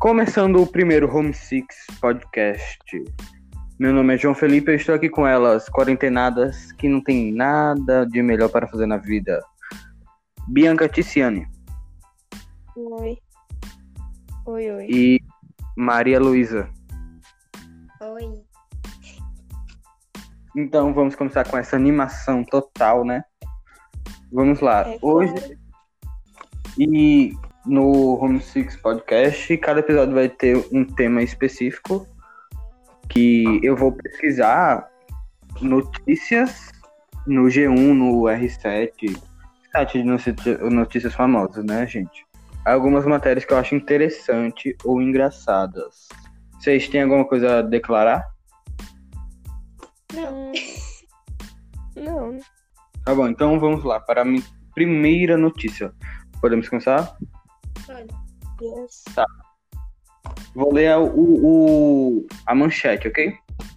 Começando o primeiro Home Six Podcast. Meu nome é João Felipe e eu estou aqui com elas, quarentenadas, que não tem nada de melhor para fazer na vida. Bianca Ticiane. Oi. Oi. E Maria Luísa. Oi. Então vamos começar com essa animação total, né? Vamos lá. Hoje... Claro. E no Home Six Podcast, cada episódio vai ter um tema específico que eu vou pesquisar notícias no G1, no R7, site de notícias famosas, né, gente? Algumas matérias que eu acho interessante ou engraçadas. Vocês têm alguma coisa a declarar? Não. Tá bom, então vamos lá para a minha primeira notícia. Podemos começar? Olha. Yes. Vou ler a manchete, ok?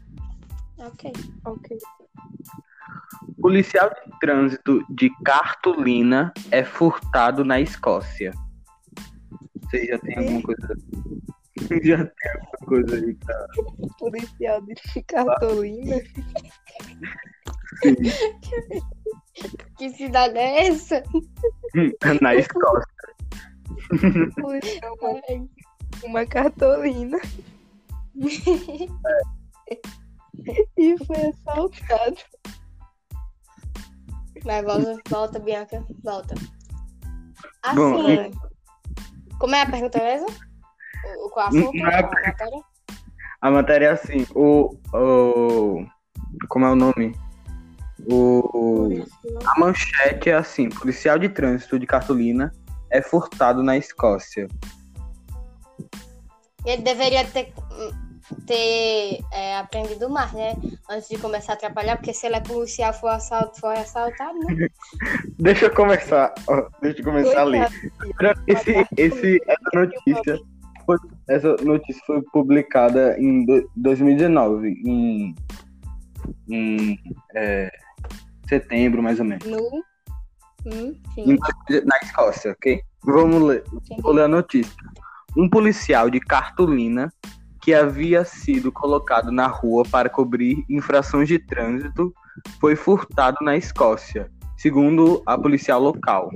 Ok. Policial de trânsito de cartolina é furtado na Escócia. Vocês já tem alguma coisa? Já tem alguma coisa aí pra... Policial de cartolina. Que cidade é essa? Na Escócia. Policial uma cartolina. E foi assaltado. Vai, volta, Bianca. Volta. Bom, Assim, como é a pergunta mesmo? Qual assunto? Não é A matéria? A matéria é assim, como é o nome? A manchete é assim: policial de trânsito de cartolina é furtado na Escócia. Ele deveria ter aprendido mais, né? Antes de começar a atrapalhar, porque se ele é policial foi assaltado, né? Deixa eu começar a ler. Essa notícia foi publicada em 2019, em setembro, mais ou menos. Sim. Na Escócia, ok? Vamos ler. Vou ler a notícia. Um policial de cartolina que havia sido colocado na rua para cobrir infrações de trânsito foi furtado na Escócia, segundo a polícia local.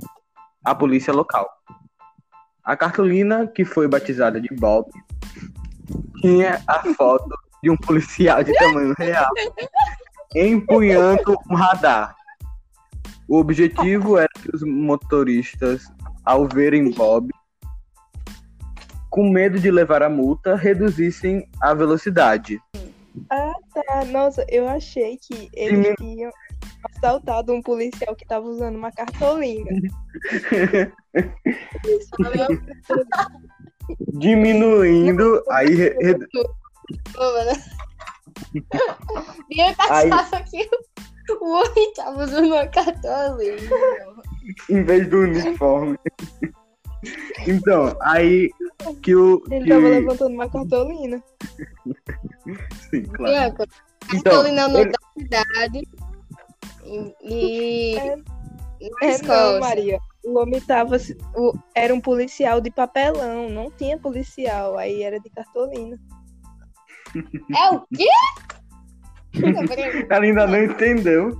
A cartolina, que foi batizada de Bob, tinha a foto de um policial de tamanho real empunhando um radar. O objetivo era que os motoristas, ao verem Bob, com medo de levar a multa, reduzissem a velocidade. Ah, tá. Nossa, eu achei que eles tinham assaltado um policial que tava usando uma cartolina. Diminuindo, aí... Bianca Aí- achava que o homem tava usando uma cartolina. em vez do uniforme. Então, aí que o... Ele tava levantando uma cartolina. Sim, claro. Bianca, Então, cartolina não da cidade. E... Não, Maria. O homem tava... Era um policial de papelão. Não tinha policial. Aí era de cartolina. É o quê? Ela ainda não entendeu.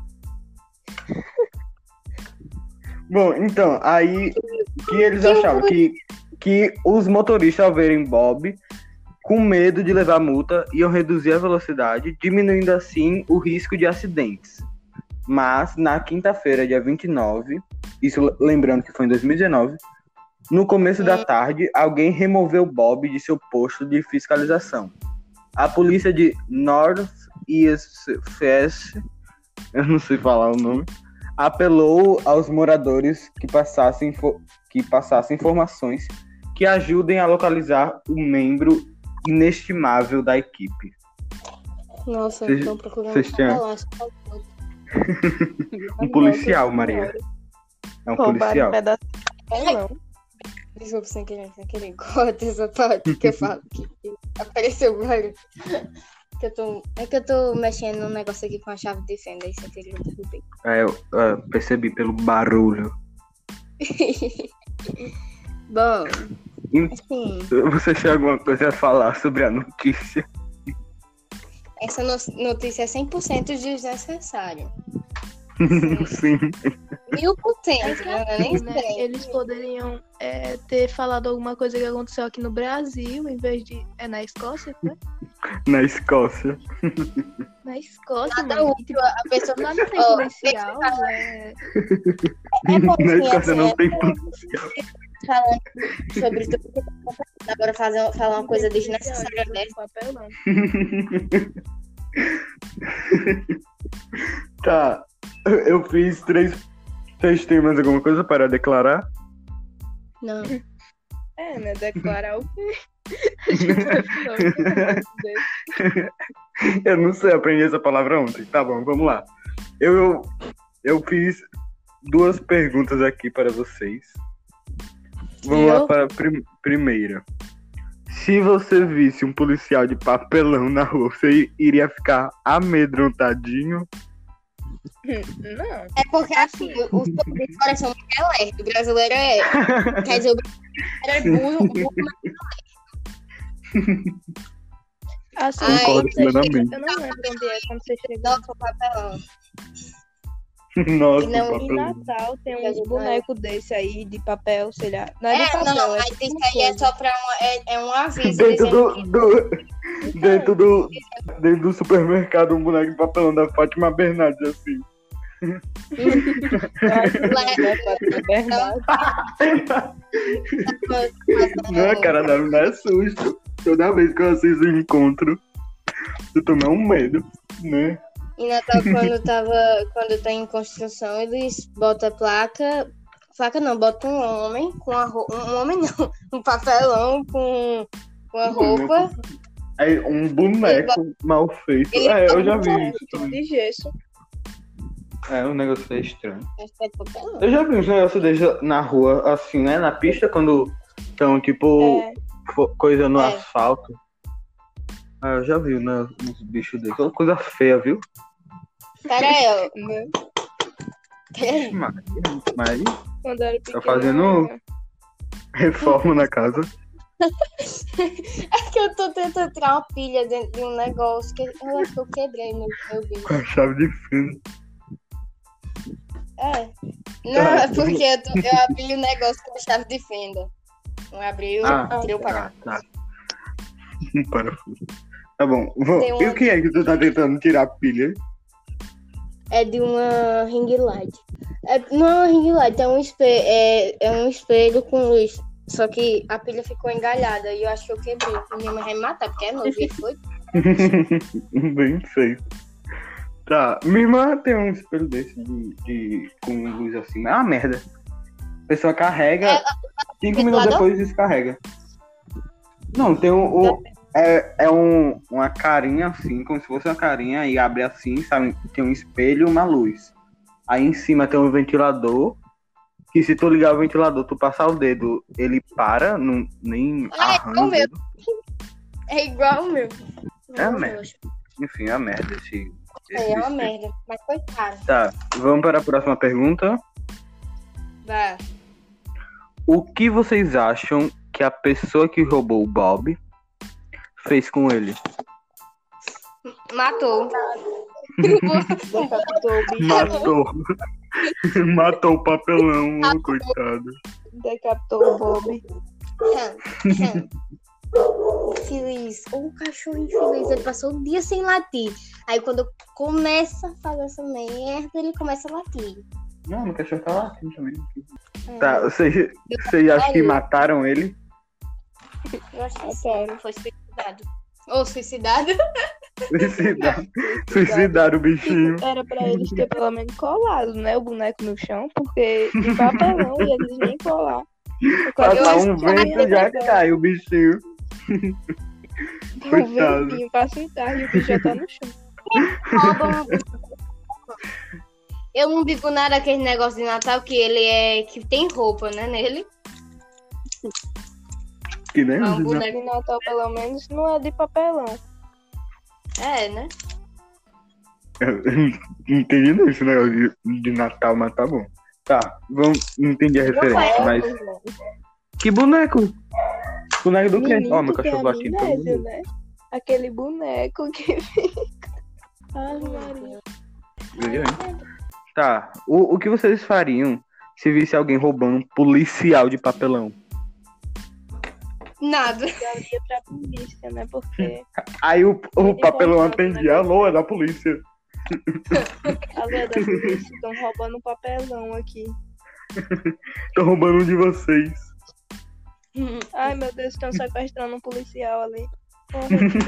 Bom, então, aí que eles achavam que os motoristas, ao verem Bob, com medo de levar multa, iam reduzir a velocidade, diminuindo assim o risco de acidentes. Mas, na quinta-feira, dia 29, isso lembrando que foi em 2019, no começo da tarde, alguém removeu Bob de seu posto de fiscalização. A polícia de North East West, eu não sei falar o nome, apelou aos moradores que passassem informações que ajudem a localizar o membro inestimável da equipe. Nossa, Vocês- estou procurando vocês têm- Um policial, Maria. É um Roubaram policial. um pedaço de papelão. Desculpa, sem querer. Corta essa parte que eu falo que apareceu o barulho. Que eu tô mexendo num negócio aqui com a chave de fenda, aí sem querer eu derrubei. Eu percebi pelo barulho. Bom, Sim. Você tem alguma coisa a falar sobre a notícia? Essa notícia é 100% desnecessária. Sim. 1000%, não é nem Né? 100. Eles poderiam ter falado alguma coisa que aconteceu aqui no Brasil, em vez de. É na Escócia, né? Na Escócia. Na Escócia, Nada mano. útil, a pessoa Lá não tem Ó, policial, É bom, Na sim, Escócia assim, não tem policial. falando sobre tudo que agora falar uma coisa desnecessária dessa. dessa. Papelão. Tá. Eu fiz três temas, alguma coisa para declarar? Não. Né? Declarar o quê? A gente vai falar o quê? Eu não sei, aprendi essa palavra ontem. Tá bom, vamos lá. Eu fiz 2 perguntas aqui para vocês. Vamos lá para a primeira. Se você visse um policial de papelão na rua, você iria ficar amedrontadinho? Não. É porque assim, os fora são muito alerta. O brasileiro é. Quer dizer, o brasileiro é burro, Assim, Concordo quando você chega, plenamente. eu não lembro onde é quando você chega. Nossa, o papelão. Nossa, E não, Em papelão. Natal tem uns bonecos desse aí de papel, sei lá. Não é de papel, Não, é mas tipo isso uma aí é coisa. só pra um aviso Dentro dizendo que dentro do supermercado, um boneco de papelão da Fátima Bernardes, assim. Não, a cara dela me dá susto. Toda vez que eu assisto o encontro, eu tomei um medo, né? em Natal, quando tá em construção, eles botam placa não, botam um homem com a roupa, um homem não, um papelão com a roupa. Aí um boneco mal feito. Eu já vi isso. De gesso. Um negócio é estranho. Acho que é de papelão. Eu já vi uns negócios desses na rua, assim, né? Na pista, quando estão, tipo, coisa no asfalto. Eu já vi, né? Uns bichos desses. Uma coisa feia, viu? Pera aí, Mas Quando era tá pequena, fazendo reforma na casa. é que eu tô tentando tirar uma pilha dentro de um negócio que eu acho que eu quebrei meu bicho. Com a chave de fenda. Não, é porque eu abri o negócio com a chave de fenda. Não abri, tirei o parafuso. Tá. Parafuso. Tá bom. Tem E o que é que tu tá tentando tirar a pilha? É de uma ring light. Não é uma ring light, é um espelho com luz. Só que a pilha ficou engalhada e eu acho que eu quebrei. Minha mãe vai me matar, porque é novo e foi. Bem feio. Tá, minha irmã tem um espelho desse com luz assim. É uma merda. A pessoa carrega, 5 minutos depois descarrega. Não, tem uma carinha assim, como se fosse uma carinha, e abre assim, sabe? Tem um espelho e uma luz. Aí em cima tem um ventilador, que se tu ligar o ventilador, tu passar o dedo, ele para, nem arranha o dedo. É igual o meu. É uma merda. Enfim, é uma merda esse É uma merda, mas foi caro. Tá, vamos para a próxima pergunta. Vai. O que vocês acham que a pessoa que roubou o Bob fez com ele? Matou. Matou o papelão, coitado. Decapitou o Bob. Infeliz. O cachorro infeliz. Ele passou o dia sem latir. Aí quando começa a fazer essa merda, ele começa a latir. Não, o cachorro tá latindo também. Tá, vocês acham que mataram ele? Eu acho que sim. Foi suicidado. Ou suicidado? Suicidaram o bichinho. Era pra eles ter pelo menos colado, né? O boneco no chão, porque de papelão e eles nem colar. Passar um vento já cai o bichinho. Um ventinho, passa um carro e o bicho já tá no chão. Eu não digo nada daquele negócio de Natal que tem roupa, né, nele. Que nem Um O boneco. de Natal, pelo menos, não é de papelão. É, né? Eu não entendi esse negócio de Natal, mas tá bom. Tá, vamos entender a referência, mas... Que boneco? Boneco do quê? Menino, Ó, meu tu tem cachorro latindo. todo amnésia, mundo. né? Aquele boneco que fica. Ai, Maria. Viu, hein? Tá. O que vocês fariam se visse alguém roubando um policial de papelão? Nada. Eu ia pra polícia, né? Porque. Aí o Muito papelão importante, atendia. né? Alô, é da polícia. Alô, é da polícia, estão roubando um papelão aqui. Tô roubando um de vocês. Ai, meu Deus, estão sequestrando um policial ali. Porra,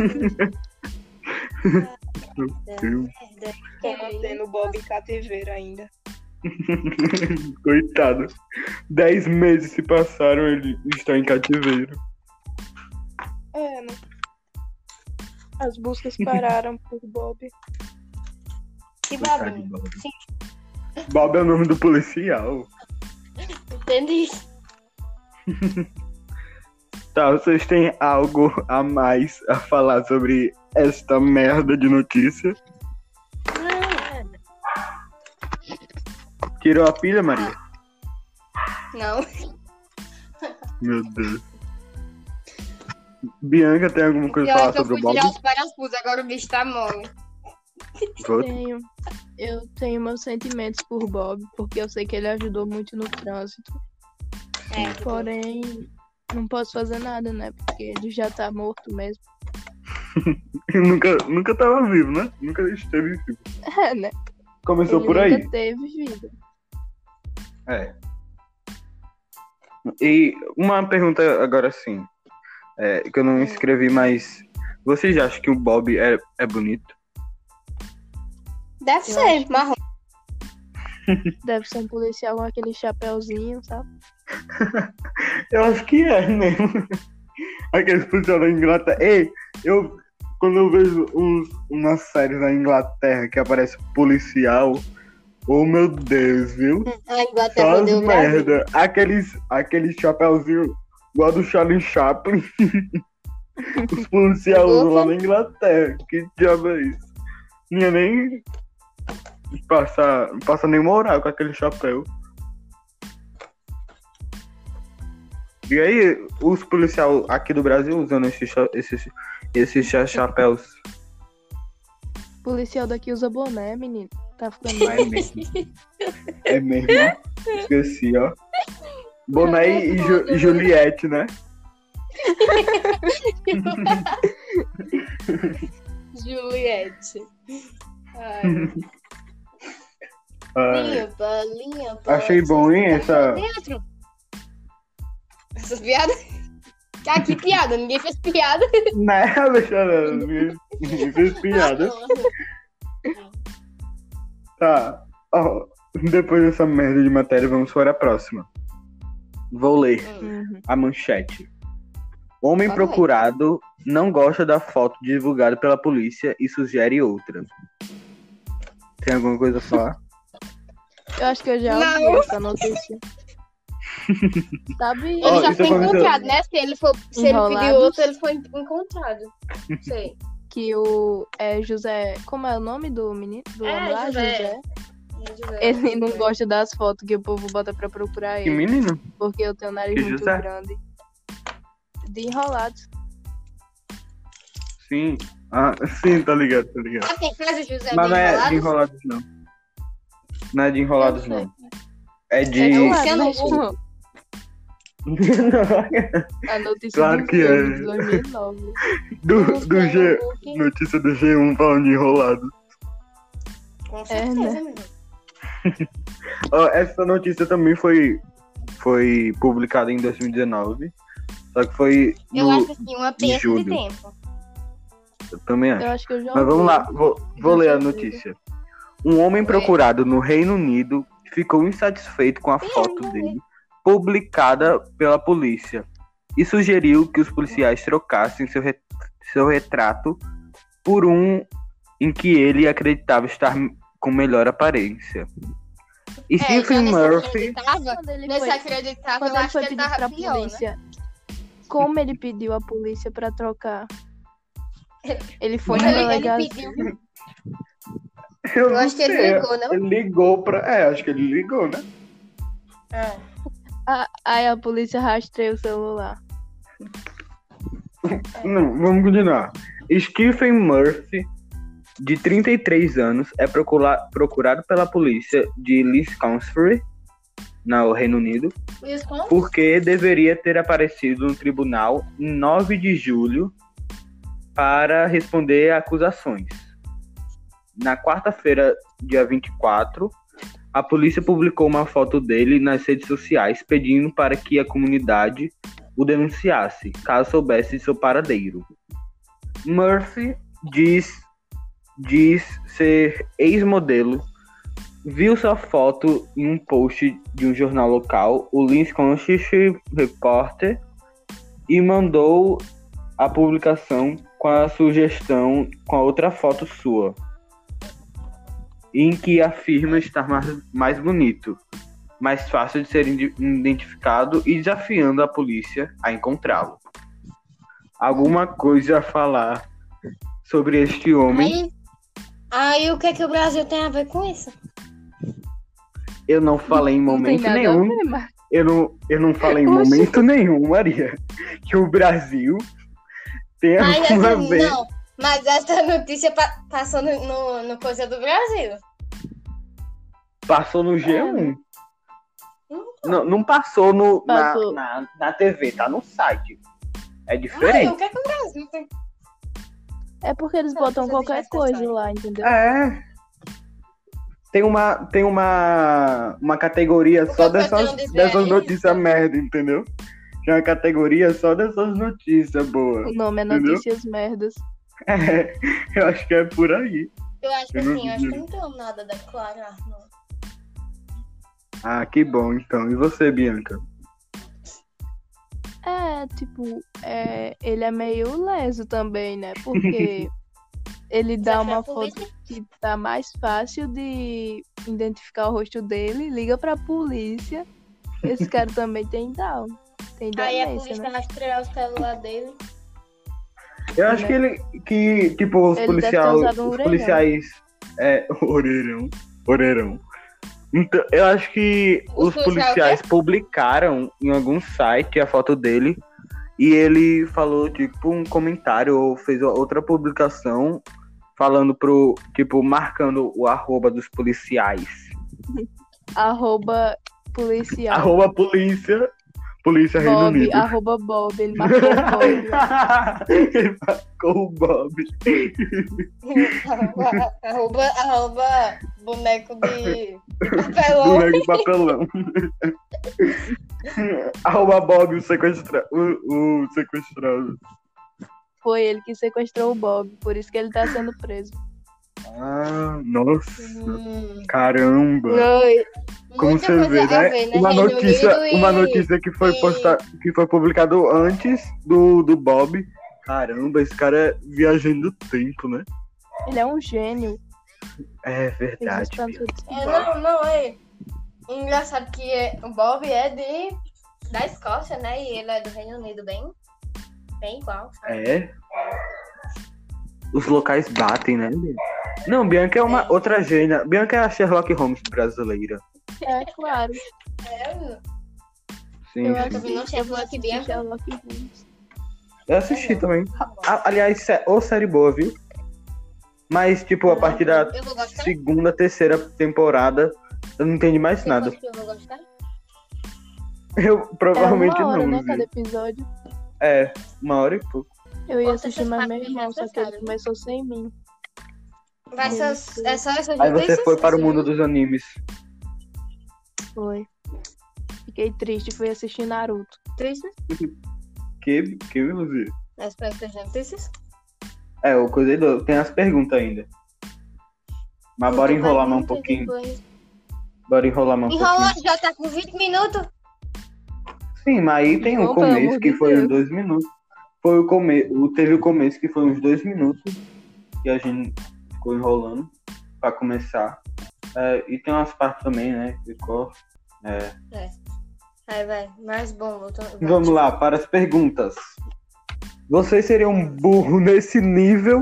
Meu Deus. tô mantendo o Bob em cativeiro ainda. Coitado. 10 meses se passaram, ele está em cativeiro. É, né? As buscas pararam por Bob. Que Coitado de babinho. Bob. Sim. Bob é o nome do policial. Entendi. Tá, vocês têm algo a mais a falar sobre esta merda de notícia? Tirou a pilha, Maria? Não. Meu Deus. Bianca, tem alguma coisa Eu a acho falar que eu sobre fui o Bob? tirar os parafusos, agora o bicho tá mole. Eu tenho meus sentimentos por Bob, porque eu sei que ele ajudou muito no trânsito. Porém, não posso fazer nada, né? Porque ele já tá morto mesmo. nunca tava vivo, né? Nunca esteve vivo. É, né? Começou Ele por aí. nunca teve vida. É. E uma pergunta agora sim, que eu não escrevi, mas vocês acham que o Bob é bonito? Deve ser, acho. marrom. Deve ser um policial com aquele chapéuzinho, sabe? Eu acho que é mesmo. Aqueles policiais da Inglaterra. Ei, quando eu vejo umas séries na Inglaterra que aparece policial, oh meu Deus, viu? A Inglaterra Só as deu o Brasil. merda. Aqueles chapéuzinho igual do Charlie Chaplin. Os policiais usam lá na Inglaterra. Que diabo é isso? Não ia nem passa nem moral com aquele chapéu. E aí, os policiais aqui do Brasil usando esses chapéus. O policial daqui usa boné, menino. Tá ficando Ah, é mesmo. É mesmo, ó. Esqueci, ó. Boné e Juliette, né? Juliette. Ai. Limpa. Achei bom, hein, essa... Dentro. Essas piadas? Ah, que piada? Ninguém fez piada. Né, Alexandre? Ninguém fez piada. Tá. Ó, depois dessa merda de matéria, vamos para a próxima. Vou ler a manchete. Homem Pode ler. procurado não gosta da foto divulgada pela polícia e sugere outra. Tem alguma coisa a falar? Eu acho que eu já ouvi Não. essa notícia. Sabe? Ele Ó, já isso foi aconteceu. encontrado, né? Se ele pediu Enrolados. outro, ele foi encontrado. Não sei. Que o José. Como é o nome do menino? Do homem lá, José. Ele não gosta das fotos que o povo bota pra procurar Que ele. menino? Porque eu tenho o nariz Que muito José? grande. De enrolados. Sim. Ah, sim, tá ligado. Ah, quem faz o José Mas não é de de enrolado? enrolados, não. Não é de enrolados, Eu sei. não. É de... É Não, Luciano mas, Huck. tipo, Não, a notícia Claro do que filme é. de 2009. do G... Notícia do G1 falando de enrolado. Com É, certeza, né? menino. Ó, essa notícia também foi publicada em 2019. Só que foi Eu acho assim, uma de penca de julho. tempo. Eu também acho. Eu acho que eu já Mas vamos ouvi. lá, vou ler a notícia. Um homem Oi. procurado no Reino Unido ficou insatisfeito com a foto dele publicada pela polícia e sugeriu que os policiais trocassem seu retrato por um em que ele acreditava estar com melhor aparência. E Stephen Murphy... Quando ele Nesse foi, acreditava, quando eu ele acho foi que ele pedir pra tava pior, né? polícia, como ele pediu a polícia pra trocar? Ele foi na Ele delegacia. pediu. Eu não acho que ele sei, ligou, não? Ele ligou pra... acho que ele ligou, né? Ah. Aí a polícia rastreia o celular. Não, vamos continuar. Stephen Murphy, de 33 anos, é procurado pela polícia de Lisconnell, no Reino Unido, porque deveria ter aparecido no tribunal em 9 de julho para responder a acusações. Na quarta-feira, dia 24, a polícia publicou uma foto dele nas redes sociais pedindo para que a comunidade o denunciasse, caso soubesse de seu paradeiro. Murphy diz ser ex-modelo, viu sua foto em um post de um jornal local, o Lincolnshire Reporter, e mandou a publicação com a sugestão com a outra foto sua, em que afirma estar mais bonito, mais fácil de ser identificado e desafiando a polícia a encontrá-lo. Alguma coisa a falar sobre este homem? Aí o que o Brasil tem a ver com isso? Eu não falei em momento nenhum. Eu não falei em momento nenhum, Maria, que o Brasil tem alguma vez. Não, mas essa notícia passou no Coisa do Brasil. Passou no G1. Não passou na TV, tá no site. É diferente. O que o Brasil tem? É porque eles botam qualquer coisa lá, entendeu? É. Tem uma categoria só dessas notícias merda, entendeu? Tem uma categoria só dessas notícias boas. O nome é entendeu? Notícias Merdas. É, eu acho que é por aí. Eu acho que sim, eu acho que não tenho nada a declarar, não. Ah, que bom, então. E você, Bianca? Ele é meio leso também, né? Porque ele dá uma foto que tá mais fácil de identificar o rosto dele, liga pra polícia. Esse cara também tem Down. Aí a polícia vai estrear o celular dele. Eu acho que tipo, os policiais... Orelhão. Então, eu acho que os policiais publicaram em algum site a foto dele e ele falou, tipo, um comentário ou fez outra publicação falando marcando o @ dos policiais. @policial. Polícia Reino Unido. @Bob, ele marcou o Bob. Ele marcou o Bob. arroba boneco de papelão. Boneco de papelão. @Bob, o sequestrado. Foi ele que sequestrou o Bob, por isso que ele tá sendo preso. Ah, nossa. Caramba. Como você vê, né? Uma notícia que foi que foi publicado antes do Bob. Caramba, esse cara é viajando do tempo, né? Ele é um gênio. É verdade. Engraçado que o Bob é da Escócia, né? E ele é do Reino Unido, bem igual, sabe? É. Os locais batem, né? Não, Bianca é uma outra gênia. Bianca é a Sherlock Holmes brasileira. É, claro. Sim, Eu Eu assisti também. Aliás, série boa, viu? Mas, tipo, a partir da segunda, terceira temporada, eu não entendi mais nada. Eu vou gostar? Eu provavelmente uma hora, não. Né, cada episódio. É, 1h e pouco. Eu ia assistir, mas meu irmão, só que ele começou sem mim. É só essa Aí você foi para o mundo dos animes. Foi. Fiquei triste, fui assistir Naruto. Triste? Que você? As perguntas notícias? O coisa tem as perguntas ainda. Mas bora enrolar mais um pouquinho. Enrola, já tá com 20 minutos? Sim, mas aí tem o começo que foi uns 2 minutos. Teve o começo que foi uns 2 minutos que a gente ficou enrolando pra começar. E tem umas partes também, né? Ficou. Aí vai, mais bom. Vamos lá, para as perguntas. Vocês seriam um burro nesse nível?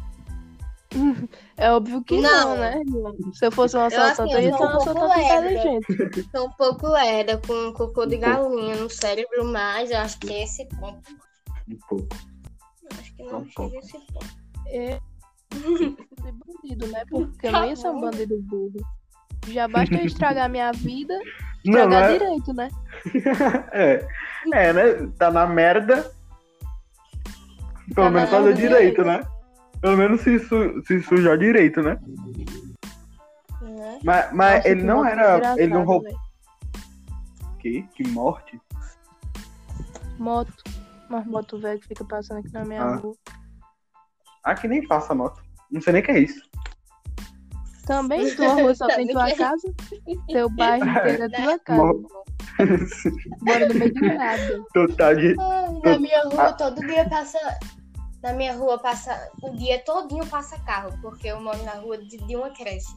É óbvio que não, né? Se eu fosse um assaltante, eu ia ser um assaltante inteligente. Sou um pouco lerda, com cocô de galinha no cérebro, mas eu acho que esse ponto. Um pouco. Não chega a esse ponto. É de bandido, né? Porque eu não ia ser um bom. bandido burro. Já basta eu estragar minha vida, Não, não estragar é... direito, né? né? Tá na merda. Pelo Tá menos na fazer merda direito, né? Pelo menos se sujar direito, né? Né? Mas Nossa, ele que não moto era. Ele não engraçada, roubou. velho. Que morte? Moto. Mas moto velho que fica passando aqui na minha Ah. rua. Aqui nem passa moto. Não sei nem o que é isso. Também tua rua só tem Também tua que- casa. Teu bairro inteiro é tua casa. Mo- Mora no meio de nada. Total de. Na minha rua, todo dia passa. Na minha rua passa. O dia todinho passa carro, porque eu moro na rua de uma creche.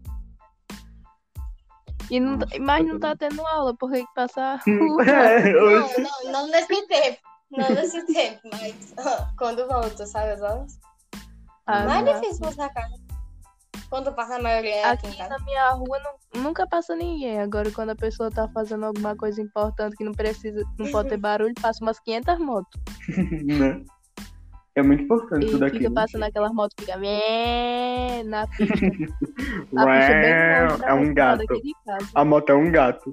E não, mas não tá tendo aula, por que passa a rua? Não nesse tempo. Não nesse tempo, mas quando volto, sabe as aulas? Ah, Não é não. difícil passar carro. Quando passa a maioria é aqui em Aqui casa. na minha rua nunca passa ninguém. Agora, quando a pessoa tá fazendo alguma coisa importante que não precisa, não pode ter barulho, passa umas 500 motos. Né? É muito importante E isso daqui. fica né? passando aquelas motos que fica na pista. A pista é bem longe É um da gato. daqui de casa. A moto é um gato.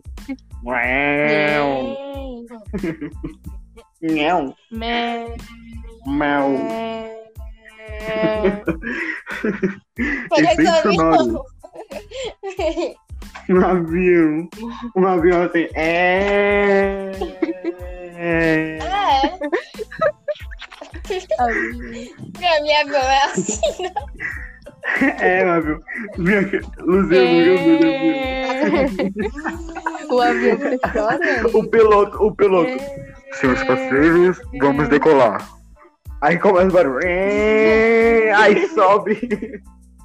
Miau. Mé. Mel. Pega Efeito essa sonoro. avião. Um avião. Um avião assim. É. Pra mim, avião é assim. Um avião. Luciano. O avião fica chorando. O piloto. Senhores passageiros, vamos decolar. Aí começa o barulho. Aí sobe.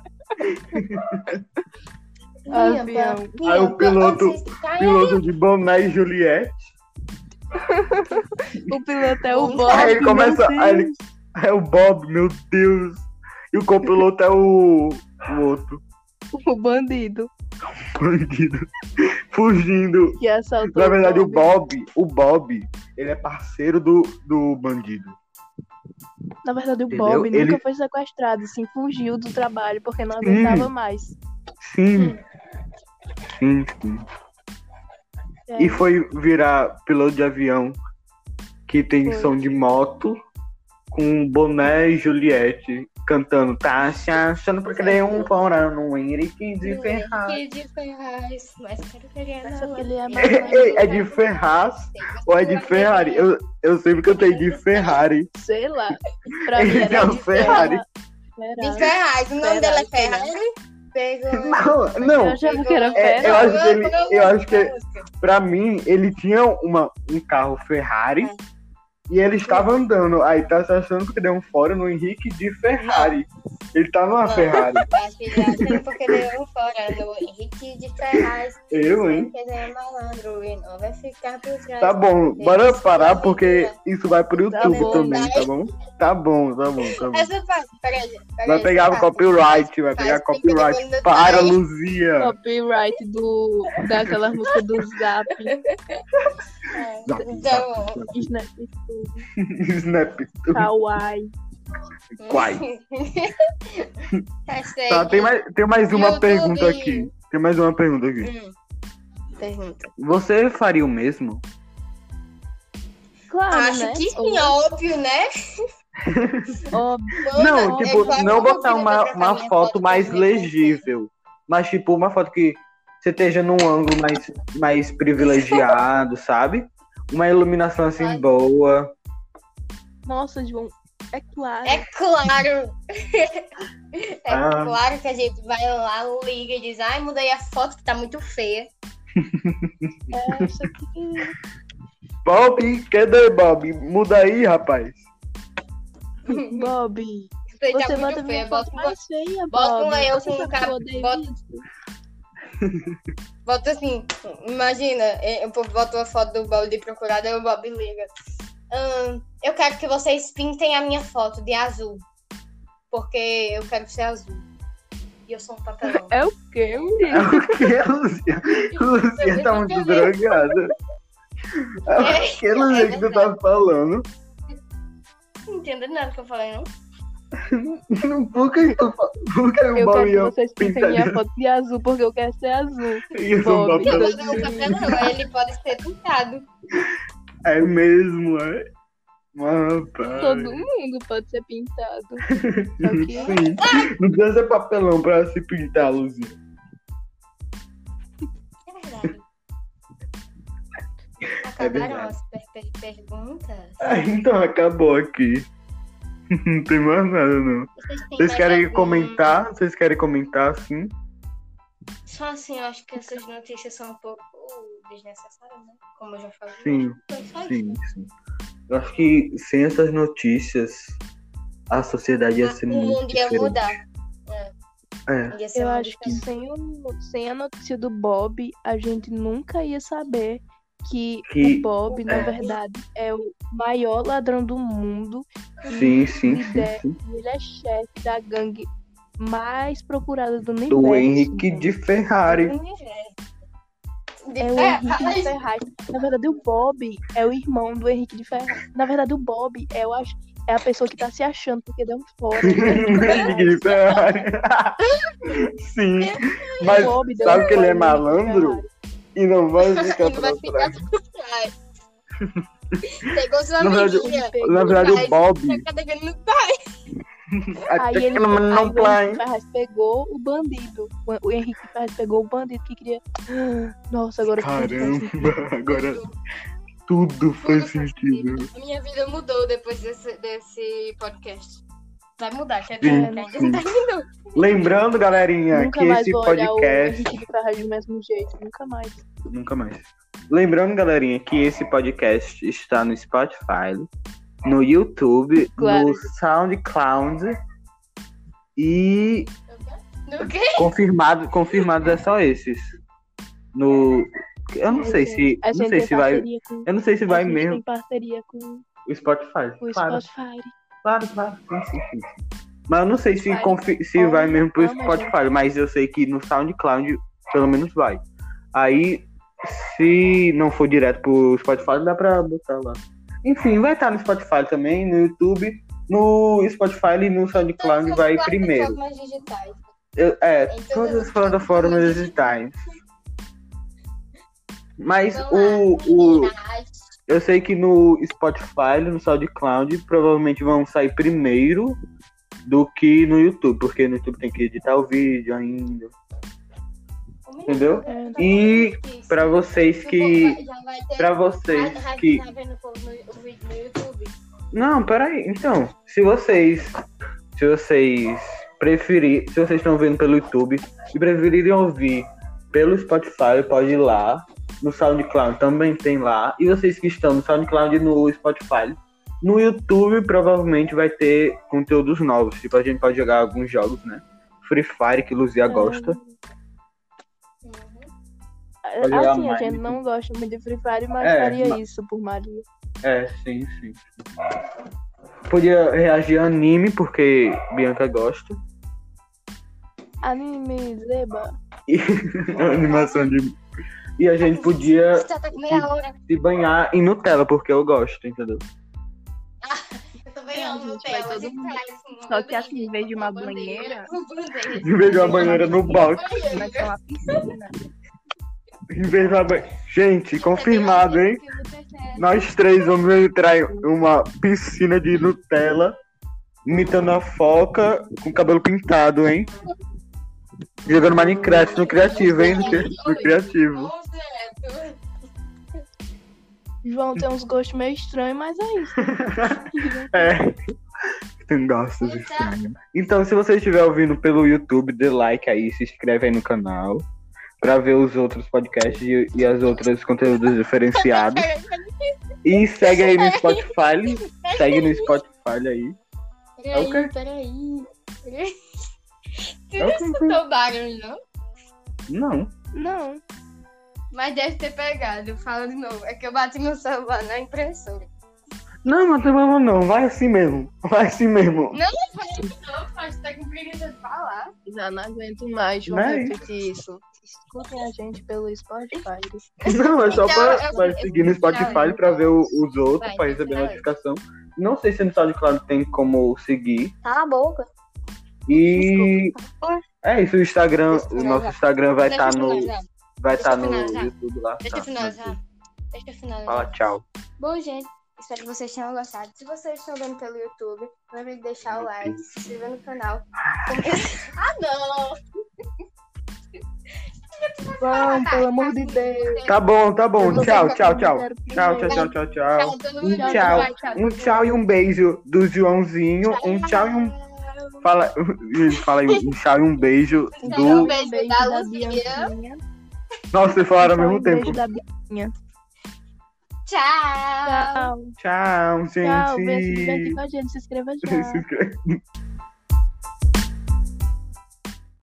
Avião. Aí o piloto de Boné e Juliette. O piloto é o Bob. Aí ele começa. meu Aí Deus. ele, é o Bob, meu Deus. E o copiloto é o outro. O bandido Bandido. Fugindo. que assaltou. Na verdade, Bob. o Bob, ele é parceiro do bandido. Na verdade, o Entendeu? Bob Ele- nunca foi sequestrado, sim, fugiu do trabalho porque não aguentava mais. Sim. Sim. É, E foi virar piloto de avião que tem Foi. som de moto com Boné e Juliette cantando. Tá se achando porque dei um fora no Henrique de Ferraz. Que de Ferraz. Mas quero querer mas na só que ele é lua. mais É de Ferraz ou é de Ferrari? Eu sempre cantei de Ferrari. sei lá. Pra mim Ele era é um de Ferrari. De Ferraz. O nome dela é Ferraz, Ferrari. Pegou. Não. Eu achava que era É, Ferrari. eu acho que pra mim ele tinha um carro Ferrari e ele estava andando. Aí tá se achando porque deu um fora no Henrique de Ferrari. Ele tá numa Ferrari. Acho que já tem porque deu fora no Henrique de Ferraz. Eu, hein? Quem é malandro e não vai ficar por trás. Tá bom, bora parar porque isso vai pro YouTube bom, também, tá bom? Tá bom. Essa parte, peraí. Vai pegar copyright, vai pegar copyright. Para, Luzia. Copyright daquela música do Zap. Então, Snap, Snap. Kawaii. Quai. hashtag Tá, tem mais uma YouTube. pergunta aqui. Tem mais uma pergunta aqui. Pergunta. Você faria o mesmo? Claro, Acho né? que sim, óbvio, né? Óbvio. Não, é tipo, claro não que eu botar vou trocar uma minha foto mais com minha legível. Mas, tipo, uma foto que você esteja num ângulo mais privilegiado, sabe? Uma iluminação assim boa. Nossa, João, é claro. É claro. É Ah. claro que a gente vai lá, liga e diz, ai, mudei a foto que tá muito feia. Essa aqui. Bob, cadê Bob? Muda aí, rapaz. Bob, Isso aí tá você muito bota feia. minha foto mais feia, bota Bob. uma eu Você com sabe um que eu cabo- odeio bota- isso? Bota assim, imagina, o povo bota uma foto do Bob de procurado e o Bob liga. Eu quero que vocês pintem a minha foto de azul. Porque eu quero ser azul. E eu sou um papelão. É o quê, mulher? O que, Luzia? Luzia tá muito drogada. O que, Luzia, que tu tá falando? entendeu nada que eu falei, não? Por que o Eu quero Bob que ia vocês pintem minha pintar foto de azul, porque eu quero ser azul. isso, Bob, Não, Bob? mas é um papelão, ele pode ser pintado. É mesmo, é? Rapaz. Todo mundo pode ser pintado. Só que Sim. Não precisa ser papelão pra se pintar, Luzinha. É verdade. É Acabaram verdade. as perguntas? Ah, então acabou aqui. Não tem mais nada, não. Vocês têm Vocês mais querem algum- comentar? Vocês querem comentar, assim? Só assim, eu acho que essas notícias são um pouco desnecessárias, né? Como eu já falei. Sim, Foi só isso. sim. Eu acho que sem essas notícias, a sociedade ia ser O muito mundo ia diferente. mudar. É, Ia ser eu muito acho que diferente. sem a notícia do Bob, a gente nunca ia saber que Que- o Bob, na é. verdade, é o maior ladrão do mundo. sim, sim. E ele é chefe da gangue mais procurada do universo. Do Henrique né? de Ferrari. É o Henrique de Ferraz. Na verdade, o Bob é o irmão do Henrique de Ferraz. Na verdade, o Bob é a pessoa que tá se achando porque deu um fora. Henrique de Ferrari. Sim. Mas O Bob deu sabe um que ele é fora no Henrique de malandro? Ferraz. E não vai ficar Ele vai pra ficar trás. por trás. Pegou sua Na verdade, amiguinha. Na verdade, o Mas Bob. tá devendo no pai. Aí ele não aí o Henrique play. de Ferraz pegou o bandido. O Henrique de Ferraz pegou o bandido que queria. Nossa, agora tudo faz sentido. Caramba, agora tudo faz sentido. A minha vida mudou depois desse podcast. Vai mudar, quer Sim, dizer, ainda sim. não terminou. Lembrando, galerinha, Nunca que mais esse vou olhar o podcast. Henrique de Ferraz do mesmo jeito. Nunca mais. Nunca mais. Lembrando, galerinha, que esse podcast está no Spotify, no YouTube, Claro. no SoundCloud e No quê? confirmados é só esses. No eu não sei se A não gente sei tem se vai, parceria com. eu não sei se vai a gente mesmo tem parceria com o Spotify. o Claro, Spotify. claro, sim. Mas eu não sei se se Olha, vai mesmo pro calma, Spotify, mas eu sei que no SoundCloud pelo menos vai. Aí, se não for direto pro Spotify, dá pra botar lá. Enfim, vai estar no Spotify também, no YouTube, no Spotify e no SoundCloud Todas vai as primeiro. plataformas digitais. Todas as plataformas digitais. Mas Vamos lá, meninas. eu sei que no Spotify e no SoundCloud provavelmente vão sair primeiro do que no YouTube, porque no YouTube tem que editar o vídeo ainda. Entendeu? E pra vocês que. Pra vocês que. Tá vendo o vídeo no YouTube? Não, peraí. Então, se vocês preferirem. Se vocês estão vendo pelo YouTube e preferirem ouvir pelo Spotify, pode ir lá. No SoundCloud também tem lá. E vocês que estão no SoundCloud e no Spotify. No YouTube provavelmente vai ter conteúdos novos. Tipo, a gente pode jogar alguns jogos, né? Free Fire, que Luzia gosta. Pode jogar Assim, a Minecraft. gente não gosta muito de Free Fire, mas É, faria isso por Maria. Sim. Podia reagir a anime, porque Bianca gosta. Anime, Zeba. E a animação de. E a gente podia Já tá com meia hora. se banhar em Nutella, porque eu gosto, entendeu? Eu também amo gente, vai Nutella. todo de mundo. trás, Só que assim, em vez de uma banheira, Em vez de uma banheira no balde. vai ser uma piscina. Em vez de uma Gente, confirmado, hein? Nós três vamos entrar em uma piscina de Nutella, imitando a foca com cabelo pintado, hein? Jogando Minecraft no criativo, hein? No criativo. João tem uns gostos meio estranhos, mas é isso. É. Tem gostos estranhos. Então, se você estiver ouvindo pelo YouTube, dê like aí, se inscreve aí no canal pra ver os outros podcasts e as outras conteúdos diferenciados. E segue aí no Spotify. Segue no Spotify aí. Ok. Peraí. Tu Ok. não escutou o barulho, não? Não. Não. Mas deve ter pegado. Fala de novo. É que eu bati meu celular na impressora. Não, não tem problema não. Vai assim mesmo. Vai assim mesmo. Não faz de novo, mas tá com preguiça de falar. Já não aguento mais, João, Não é repetir isso. Escutem a gente pelo Spotify. Não, é só Então, pra seguir no Spotify pra ver os outros, Vai, pra receber vai. notificação. Não sei se no SoundCloud tem como seguir. Cala a boca. E Desculpa. é isso, o Instagram, Deixa eu o nosso finalizar. Instagram vai Deixa eu estar no, finalizar. vai Deixa tá eu no finalizar. YouTube lá. Deixa eu Tá, finalizar. Deixa eu finalizar. Fala tchau. Bom, gente, espero que vocês tenham gostado. Se vocês estão vendo pelo YouTube, lembre de deixar o like, se inscrever no canal. Ah, não! Vão, pelo amor de Deus. Tá bom. Eu Tchau, vou tchau, ficar tchau. com Tchau, zero tchau, tchau, tchau, tchau. todo Um mundo tchau. vai, Um tchau e um beijo do Joãozinho. Um tchau e um. Fala aí, um tchau e um beijo Um do. beijo beijo da da Lucinha. Bianquinha. Nossa, vocês falaram ao Tchau, mesmo um tempo. beijo da Bianquinha. Tchau! Tchau. Tchau, gente. Tchau, venha se divertir com a gente. Se inscreva já. Se inscreve.